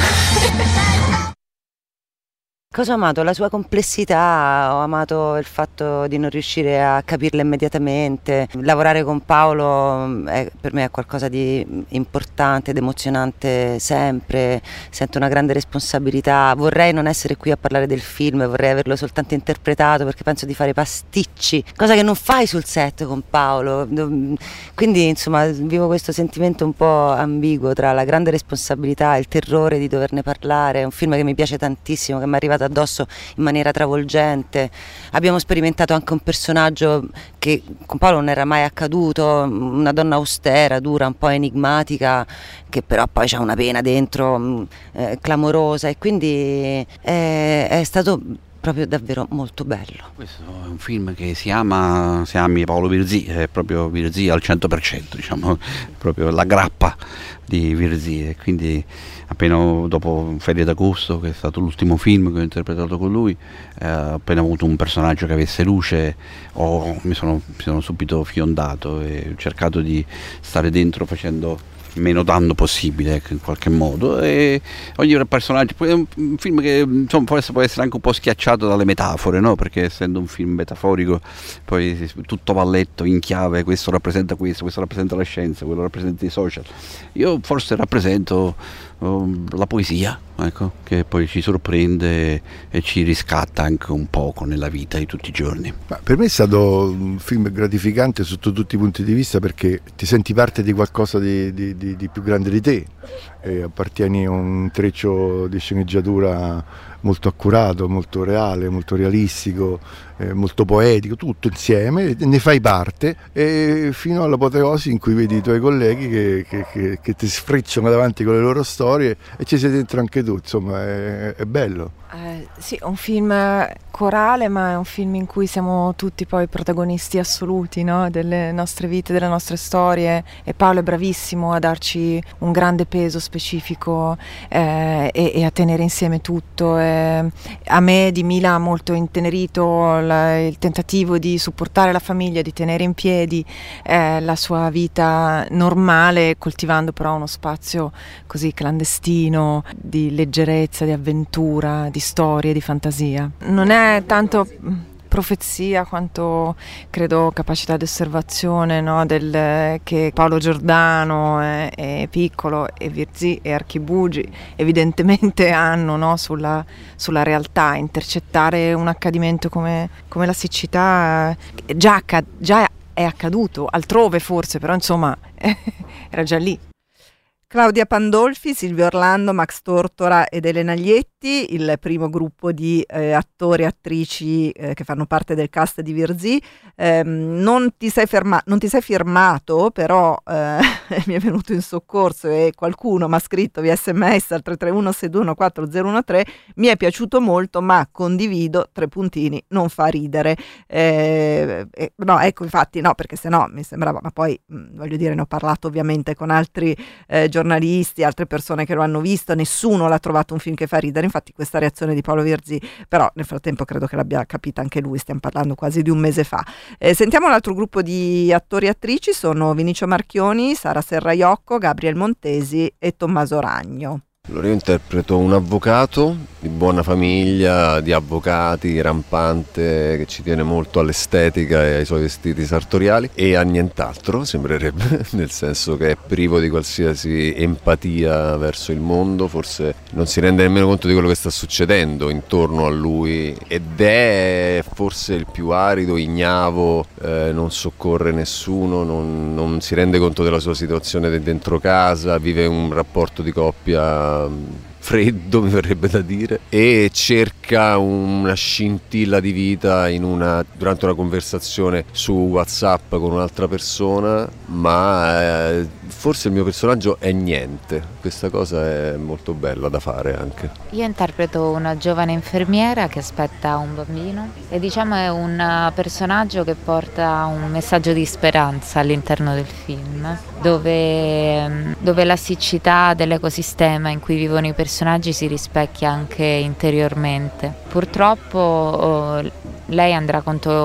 Cosa ho amato? La sua complessità, ho amato il fatto di non riuscire a capirla immediatamente. Lavorare con Paolo per me è qualcosa di importante ed emozionante sempre, sento una grande responsabilità, vorrei non essere qui a parlare del film, vorrei averlo soltanto interpretato perché penso di fare pasticci, cosa che non fai sul set con Paolo, quindi insomma vivo questo sentimento un po' ambiguo tra la grande responsabilità e il terrore di doverne parlare. È un film che mi piace tantissimo, che mi è arrivato addosso in maniera travolgente. Abbiamo sperimentato anche un personaggio che con Paolo non era mai accaduto, una donna austera, dura, un po' enigmatica, che però poi c'ha una pena dentro clamorosa, e quindi è stato proprio davvero molto bello. Questo è un film che si ami Paolo Virzì, è proprio Virzì al 100%, diciamo, proprio la grappa di Virzì, e quindi appena dopo Ferie d'agosto, che è stato l'ultimo film che ho interpretato con lui, appena avuto un personaggio che avesse luce, mi sono subito fiondato e ho cercato di stare dentro facendo meno danno possibile in qualche modo, e ogni personaggio poi è un film che insomma forse può essere anche un po' schiacciato dalle metafore, no? Perché essendo un film metaforico poi tutto va letto in chiave, questo rappresenta la scienza, quello rappresenta i social. Io forse rappresento la poesia, ecco, che poi ci sorprende e ci riscatta anche un poco nella vita di tutti i giorni. Ma per me è stato un film gratificante sotto tutti i punti di vista, perché ti senti parte di qualcosa di più grande di te, e appartieni a un intreccio di sceneggiatura molto accurato, molto reale, molto realistico, molto poetico, tutto insieme, ne fai parte, e fino all'apoteosi in cui vedi i tuoi colleghi che ti sfrecciano davanti con le loro storie e ci sei dentro anche tu, insomma è bello. Sì, è un film corale, ma è un film in cui siamo tutti poi protagonisti assoluti, no? Delle nostre vite, delle nostre storie, e Paolo è bravissimo a darci un grande peso specifico e a tenere insieme tutto. A me di Mila ha molto intenerito il tentativo di supportare la famiglia, di tenere in piedi la sua vita normale, coltivando però uno spazio così clandestino, di leggerezza, di avventura, di storie, di fantasia. Non è tanto profezia quanto credo capacità di osservazione, no? Che Paolo Giordano è Piccolo e Virzì e Archibugi evidentemente hanno, no? sulla realtà. Intercettare un accadimento come la siccità già è accaduto altrove forse, però insomma era già lì. Claudia Pandolfi, Silvio Orlando, Max Tortora ed Elena Aglietti, il primo gruppo di attori e attrici che fanno parte del cast di Virzì. Non ti sei firmato, però mi è venuto in soccorso e qualcuno mi ha scritto via SMS al 331 621 4013. Mi è piaciuto molto, ma condivido, non fa ridere. No, ecco, infatti no, perché sennò mi sembrava, ma poi voglio dire, ne ho parlato ovviamente con altri giornalisti, altre persone che lo hanno visto, nessuno l'ha trovato un film che fa ridere. Infatti questa reazione di Paolo Virzì, però nel frattempo credo che l'abbia capita anche lui, stiamo parlando quasi di un mese fa. Sentiamo l'altro gruppo di attori e attrici, sono Vinicio Marchioni, Sara Serraiocco, Gabriel Montesi e Tommaso Ragno. Allora io interpreto un avvocato di buona famiglia, di avvocati, rampante, che ci tiene molto all'estetica e ai suoi vestiti sartoriali e a nient'altro, sembrerebbe, nel senso che è privo di qualsiasi empatia verso il mondo, forse non si rende nemmeno conto di quello che sta succedendo intorno a lui ed è forse il più arido, ignavo, non soccorre nessuno, non si rende conto della sua situazione dentro casa, vive un rapporto di coppia freddo, mi verrebbe da dire, e cerca una scintilla di vita durante una conversazione su WhatsApp con un'altra persona, ma forse il mio personaggio è niente. Questa cosa è molto bella da fare anche. Io interpreto una giovane infermiera che aspetta un bambino e diciamo è un personaggio che porta un messaggio di speranza all'interno del film, dove la siccità dell'ecosistema in cui vivono i personaggi si rispecchia anche interiormente. Purtroppo lei andrà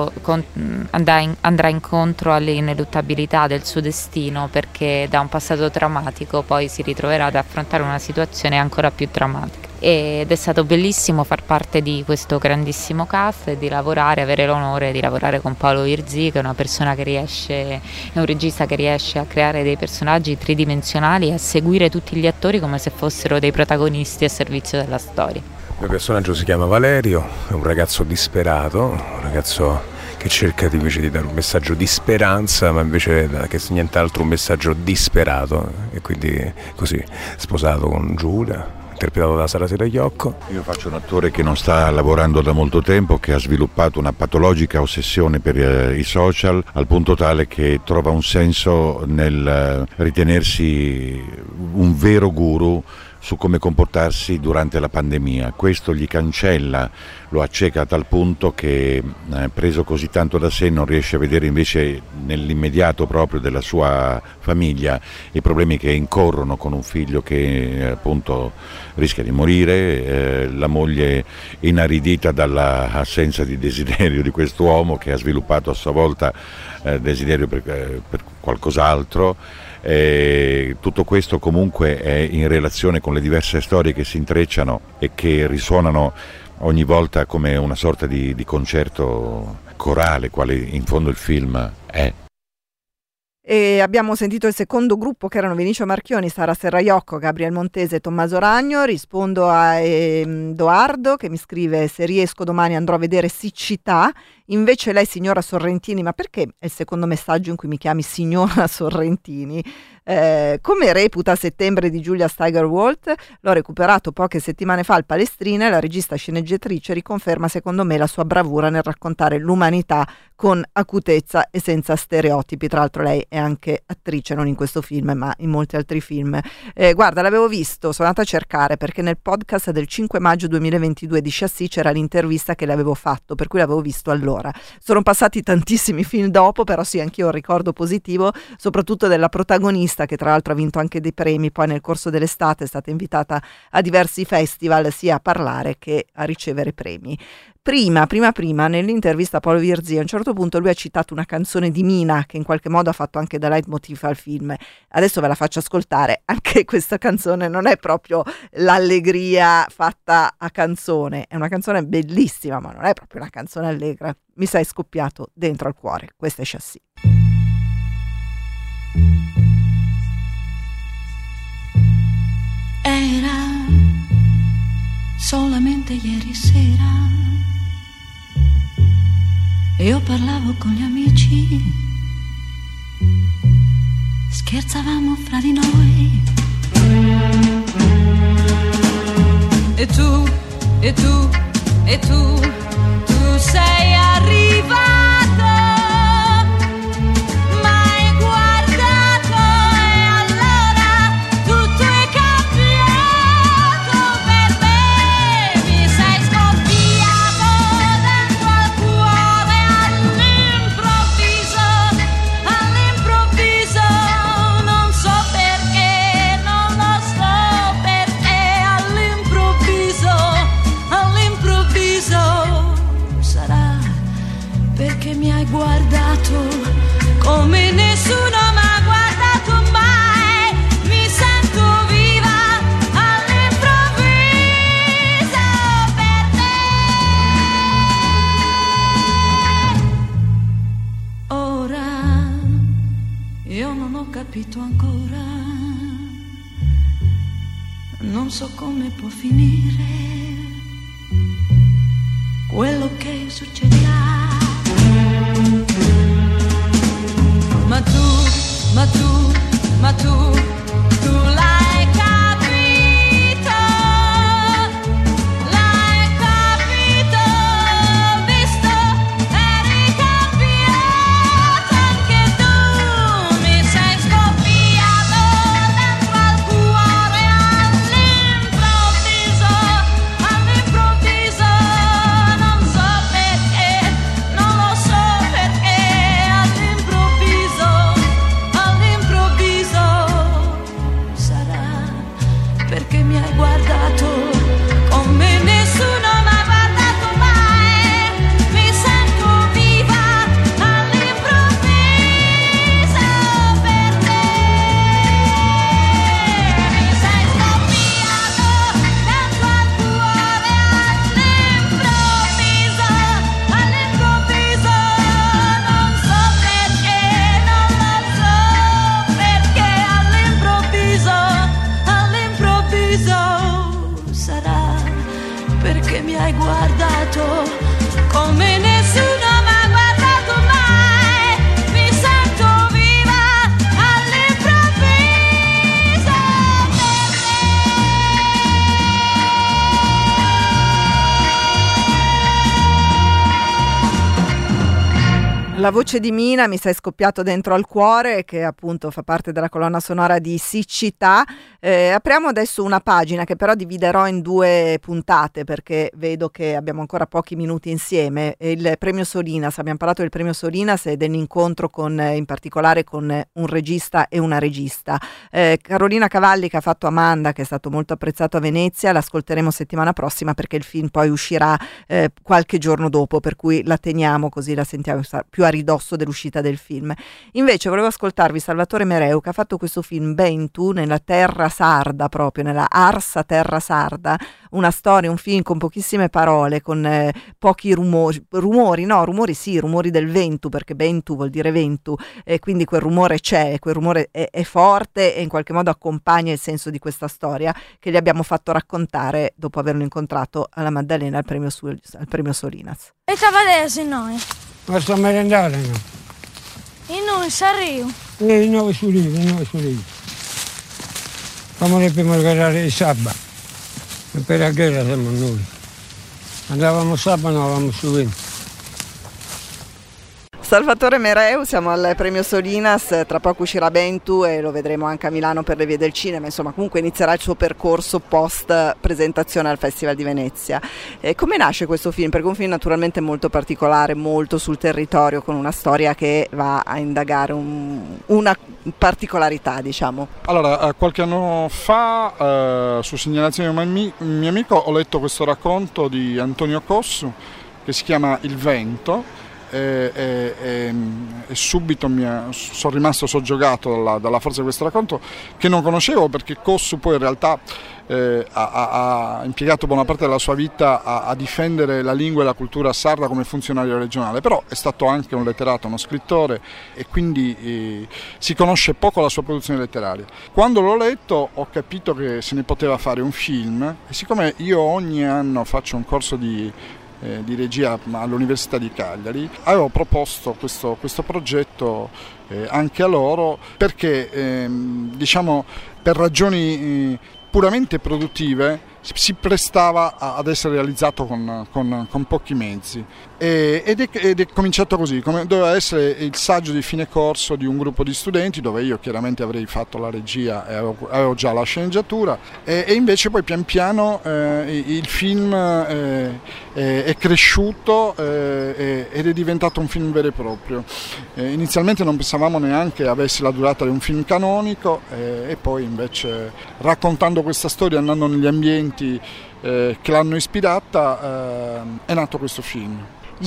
incontro all'ineluttabilità del suo destino, perché da un passato traumatico poi si ritroverà ad affrontare una situazione ancora più drammatica. Ed è stato bellissimo far parte di questo grandissimo cast e di avere l'onore di lavorare con Paolo Virzì, che è una persona è un regista che riesce a creare dei personaggi tridimensionali e a seguire tutti gli attori come se fossero dei protagonisti a servizio della storia. Il mio personaggio si chiama Valerio, è un ragazzo disperato, un ragazzo che cerca invece di dare un messaggio di speranza, ma invece che nient'altro un messaggio disperato, e quindi così sposato con Giulia, interpretato da Sara Serraiocco. Io faccio un attore che non sta lavorando da molto tempo, che ha sviluppato una patologica ossessione per i social, al punto tale che trova un senso nel ritenersi un vero guru su come comportarsi durante la pandemia. Questo gli cancella, lo acceca a tal punto che preso così tanto da sé non riesce a vedere invece nell'immediato proprio della sua famiglia i problemi che incorrono con un figlio che appunto rischia di morire, la moglie inaridita dall'assenza di desiderio di quest'uomo che ha sviluppato a sua volta desiderio per qualcos'altro. Tutto questo comunque è in relazione con le diverse storie che si intrecciano e che risuonano ogni volta come una sorta di concerto corale, quale in fondo il film è. E abbiamo sentito il secondo gruppo, che erano Vinicio Marchioni, Sara Serraiocco, Gabriel Montese e Tommaso Ragno. Rispondo a Edoardo che mi scrive: se riesco domani andrò a vedere Siccità, invece lei signora Sorrentini, ma perché è il secondo messaggio in cui mi chiami signora Sorrentini? Come reputa Settembre di Julia Steigerwalt, l'ho recuperato poche settimane fa al Palestrina e la regista sceneggiatrice riconferma secondo me la sua bravura nel raccontare l'umanità con acutezza e senza stereotipi. Tra l'altro lei è anche attrice, non in questo film ma in molti altri film. Guarda, l'avevo visto, sono andata a cercare perché nel podcast del 5 maggio 2022 di Chassis c'era l'intervista che le avevo fatto, per cui l'avevo visto allora. Sono passati tantissimi film dopo, però sì, anch'io ho un ricordo positivo, soprattutto della protagonista, che tra l'altro ha vinto anche dei premi, poi nel corso dell'estate è stata invitata a diversi festival sia a parlare che a ricevere premi. Prima, nell'intervista a Paolo Virzì, a un certo punto lui ha citato una canzone di Mina che in qualche modo ha fatto anche da leitmotiv al film. Adesso ve la faccio ascoltare. Anche questa canzone non è proprio l'allegria fatta a canzone, è una canzone bellissima, ma non è proprio una canzone allegra. Mi sei scoppiato dentro al cuore. Questa è Chassis. Era solamente ieri sera, io parlavo con gli amici, scherzavamo fra di noi. E tu sei arrivato. Come nessuno m'ha guardato mai, mi sento viva all'improvviso per te. Ora io non ho capito ancora, non so come può finire quello che succederà. Ma tu l'hai capito, visto, eri cambiato anche tu, mi sei scoppiato dentro al cuore all'improvviso, non so perché, non lo so perché, all'improvviso sarà perché mi hai guardato come nessuno m'ha guardato mai, mi sento viva all'improvviso per te, mi sei scoppiato dentro al cuore all'improvviso, non so perché, non lo so perché, all'improvviso sarà perché mi hai guardato come nessuno m'ha guardato mai, mi sento viva all'improvviso per te. La voce di Mina, mi sei scoppiato dentro al cuore, che appunto fa parte della colonna sonora di Siccità. Apriamo adesso una pagina che però dividerò in 2 puntate perché vedo che abbiamo ancora pochi minuti insieme. Il premio Solinas, abbiamo parlato del premio Solinas e dell'incontro in particolare con un regista e una regista. Carolina Cavalli, che ha fatto Amanda, che è stato molto apprezzato a Venezia, l'ascolteremo settimana prossima perché il film poi uscirà qualche giorno dopo, per cui la teniamo così la sentiamo più a ridosso dell'uscita del film. Invece volevo ascoltarvi Salvatore Mereu, che ha fatto questo film Ventu nella terra sarda, proprio nella arsa terra sarda, una storia, un film con pochissime parole, con pochi rumori del Ventu, perché Ventu vuol dire Ventu, e quindi quel rumore c'è, quel rumore è forte e in qualche modo accompagna il senso di questa storia che gli abbiamo fatto raccontare dopo averlo incontrato alla Maddalena al premio Solinas. E cavallese noi? Ma sto a merendare, no? E noi saremo? E noi su lì. Come le prime guerrare di sabato. E per la guerra siamo noi. Andavamo sabato, andavamo su vento. Salvatore Mereu, siamo al premio Solinas, tra poco uscirà Ventu e lo vedremo anche a Milano per le vie del cinema, insomma comunque inizierà il suo percorso post presentazione al Festival di Venezia. Come nasce questo film? Perché è un film naturalmente molto particolare, molto sul territorio, con una storia che va a indagare una particolarità, diciamo. Allora, qualche anno fa, su segnalazione di un mio amico, ho letto questo racconto di Antonio Cossu che si chiama Il vento. E subito sono rimasto soggiogato dalla forza di questo racconto, che non conoscevo, perché Cossu poi in realtà ha impiegato buona parte della sua vita a difendere la lingua e la cultura sarda come funzionario regionale, però è stato anche un letterato, uno scrittore, e quindi si conosce poco la sua produzione letteraria. Quando l'ho letto ho capito che se ne poteva fare un film, e siccome io ogni anno faccio un corso di regia all'Università di Cagliari, avevo proposto questo progetto anche a loro, perché diciamo per ragioni puramente produttive si prestava ad essere realizzato con pochi mezzi, ed è cominciato così, come doveva essere il saggio di fine corso di un gruppo di studenti, dove io chiaramente avrei fatto la regia e avevo già la sceneggiatura, e invece poi pian piano il film è cresciuto ed è diventato un film vero e proprio. Inizialmente non pensavamo neanche avesse la durata di un film canonico, e poi invece raccontando questa storia, andando negli ambienti che l'hanno ispirata, è nato questo film.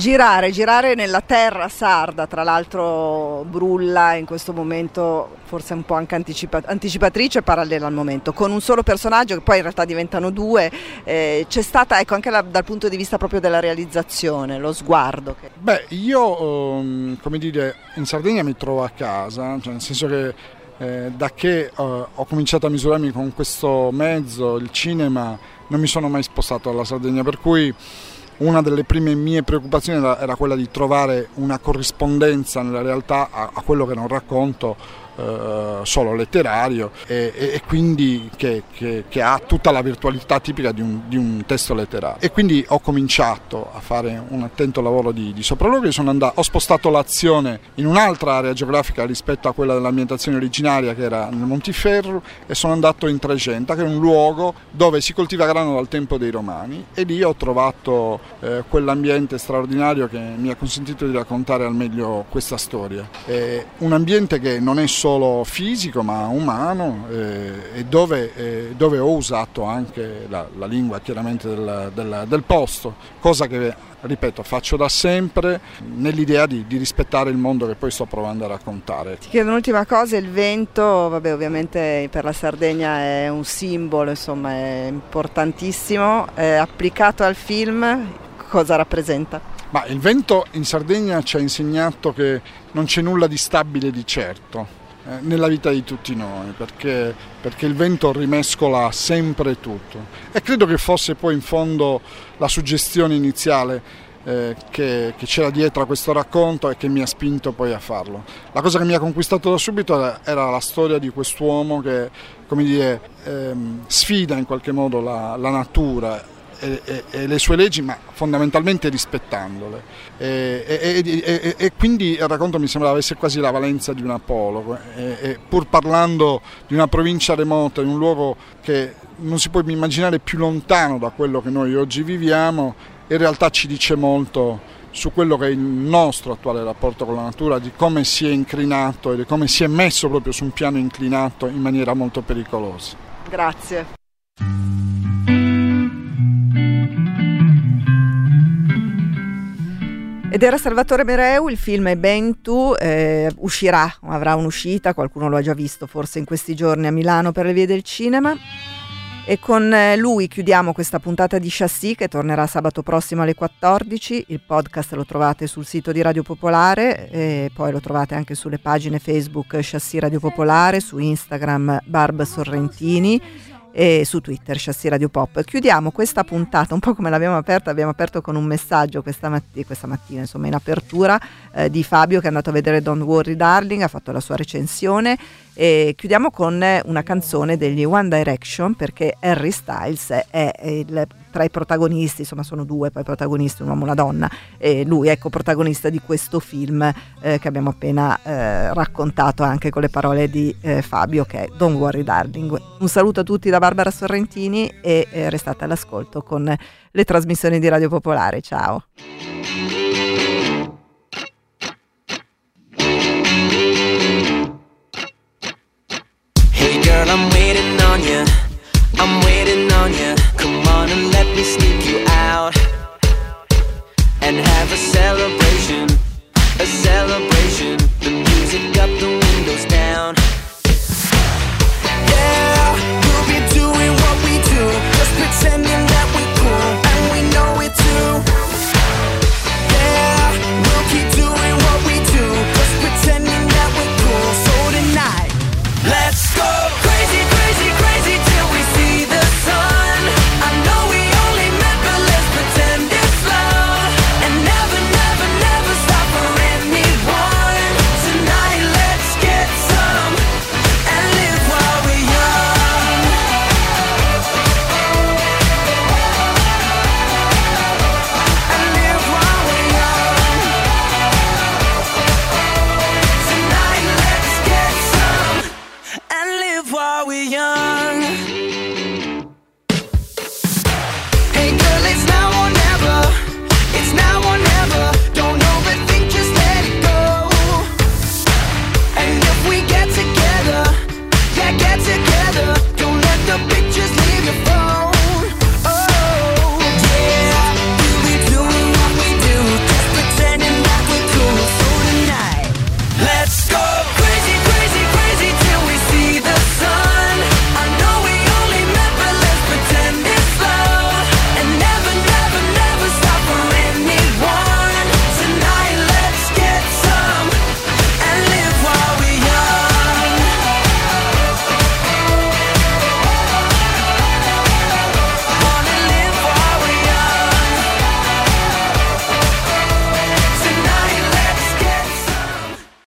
Girare nella terra sarda, tra l'altro Brulla in questo momento forse un po' anche anticipatrice, parallela al momento, con un solo personaggio che poi in realtà diventano due. C'è stata, ecco, anche dal punto di vista proprio della realizzazione, lo sguardo. Beh, io come dire, in Sardegna mi trovo a casa, cioè nel senso che da che ho cominciato a misurarmi con questo mezzo, il cinema, non mi sono mai spostato dalla Sardegna, per cui una delle prime mie preoccupazioni era quella di trovare una corrispondenza nella realtà a quello che non racconto solo letterario, e quindi che ha tutta la virtualità tipica di un testo letterario. E quindi ho cominciato a fare un attento lavoro di sopralluogo. Ho spostato l'azione in un'altra area geografica rispetto a quella dell'ambientazione originaria, che era nel Montiferru, e sono andato in Tregenta, che è un luogo dove si coltiva grano dal tempo dei Romani, e lì ho trovato quell'ambiente straordinario che mi ha consentito di raccontare al meglio questa storia. Un ambiente che non è solo fisico ma umano, e dove ho usato anche la lingua chiaramente del posto, cosa che, ripeto, faccio da sempre nell'idea di rispettare il mondo che poi sto provando a raccontare. Ti chiedo un'ultima cosa: il vento, vabbè, ovviamente per la Sardegna è un simbolo, insomma è importantissimo, applicato al film cosa rappresenta? Ma il vento in Sardegna ci ha insegnato che non c'è nulla di stabile di certo nella vita di tutti noi, perché il vento rimescola sempre tutto, e credo che fosse poi in fondo la suggestione iniziale che c'era dietro a questo racconto e che mi ha spinto poi a farlo. La cosa che mi ha conquistato da subito era la storia di quest'uomo che, come dire, sfida in qualche modo la natura e le sue leggi, ma fondamentalmente rispettandole, e quindi il racconto mi sembrava avesse quasi la valenza di un apologo, e pur parlando di una provincia remota, in un luogo che non si può immaginare più lontano da quello che noi oggi viviamo, in realtà ci dice molto su quello che è il nostro attuale rapporto con la natura, di come si è incrinato e di come si è messo proprio su un piano inclinato in maniera molto pericolosa. Grazie. Ed era Salvatore Mereu, il film è Bentu, uscirà, avrà un'uscita, qualcuno lo ha già visto forse in questi giorni a Milano per le vie del cinema. E con lui chiudiamo questa puntata di Chassis, che tornerà sabato prossimo alle 14. Il podcast lo trovate sul sito di Radio Popolare e poi lo trovate anche sulle pagine Facebook Chassis Radio Popolare, su Instagram Barb Sorrentini e su Twitter Chassis Radio Pop. Chiudiamo questa puntata un po' come l'abbiamo aperta, abbiamo aperto con un messaggio questa mattina insomma in apertura di Fabio, che è andato a vedere Don't Worry Darling, ha fatto la sua recensione, e chiudiamo con una canzone degli One Direction, perché Harry Styles è tra i protagonisti, insomma sono due poi protagonisti, un uomo e una donna, e lui è coprotagonista di questo film che abbiamo appena raccontato anche con le parole di Fabio, che è Don't Worry Darling. Un saluto a tutti da Barbara Sorrentini e restate all'ascolto con le trasmissioni di Radio Popolare. Ciao. Hey girl, I'm waiting